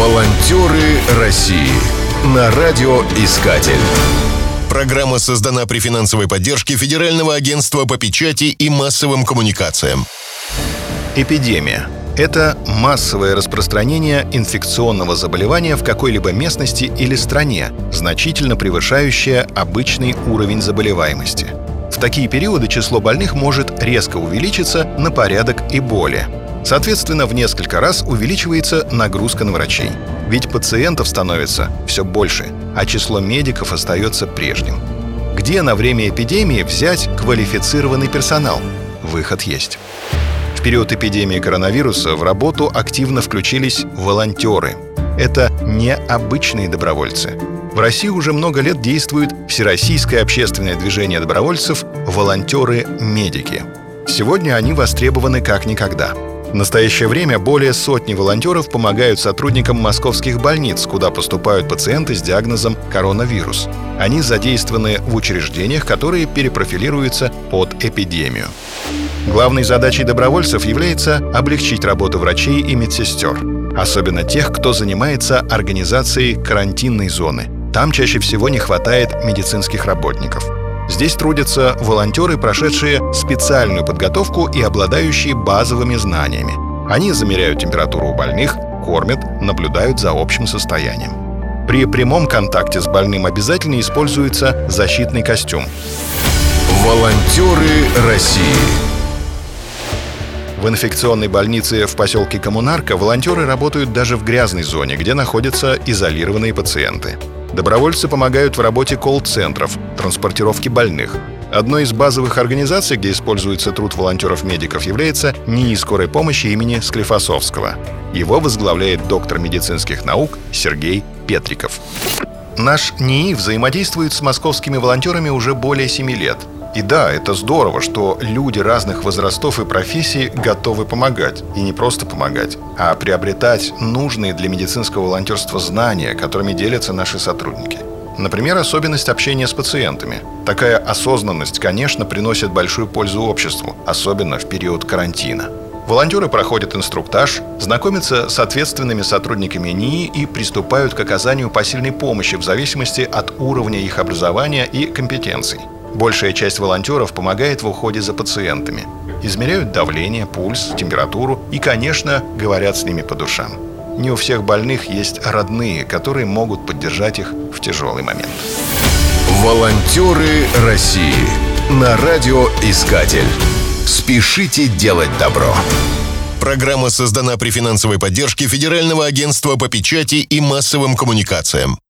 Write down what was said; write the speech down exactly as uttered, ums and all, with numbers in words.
Волонтеры России на радиоискатель. Программа создана при финансовой поддержке Федерального агентства по печати и массовым коммуникациям. Эпидемия – это массовое распространение инфекционного заболевания в какой-либо местности или стране, значительно превышающее обычный уровень заболеваемости. В такие периоды число больных может резко увеличиться на порядок и более. Соответственно, в несколько раз увеличивается нагрузка на врачей. Ведь пациентов становится все больше, а число медиков остается прежним. Где на время эпидемии взять квалифицированный персонал? Выход есть. В период эпидемии коронавируса в работу активно включились волонтеры. Это необычные добровольцы. В России уже много лет действует всероссийское общественное движение добровольцев «Волонтеры-медики». Сегодня они востребованы как никогда. В настоящее время более сотни волонтеров помогают сотрудникам московских больниц, куда поступают пациенты с диагнозом коронавирус. Они задействованы в учреждениях, которые перепрофилируются под эпидемию. Главной задачей добровольцев является облегчить работу врачей и медсестер, особенно тех, кто занимается организацией карантинной зоны. Там чаще всего не хватает медицинских работников. Здесь трудятся волонтеры, прошедшие специальную подготовку и обладающие базовыми знаниями. Они замеряют температуру у больных, кормят, наблюдают за общим состоянием. При прямом контакте с больным обязательно используется защитный костюм. Волонтеры России. В инфекционной больнице в поселке Коммунарка волонтеры работают даже в грязной зоне, где находятся изолированные пациенты. Добровольцы помогают в работе колл-центров, транспортировке больных. Одной из базовых организаций, где используется труд волонтеров-медиков, является НИИ скорой помощи имени Склифосовского. Его возглавляет доктор медицинских наук Сергей Петриков. Наш НИИ взаимодействует с московскими волонтерами уже более семи лет. И да, это здорово, что люди разных возрастов и профессий готовы помогать. И не просто помогать, а приобретать нужные для медицинского волонтерства знания, которыми делятся наши сотрудники. Например, особенность общения с пациентами. Такая осознанность, конечно, приносит большую пользу обществу, особенно в период карантина. Волонтеры проходят инструктаж, знакомятся с ответственными сотрудниками НИИ и приступают к оказанию посильной помощи в зависимости от уровня их образования и компетенций. Большая часть волонтеров помогает в уходе за пациентами. Измеряют давление, пульс, температуру и, конечно, говорят с ними по душам. Не у всех больных есть родные, которые могут поддержать их в тяжелый момент. Волонтеры России на радиоискатель. Спешите делать добро. Программа создана при финансовой поддержке Федерального агентства по печати и массовым коммуникациям.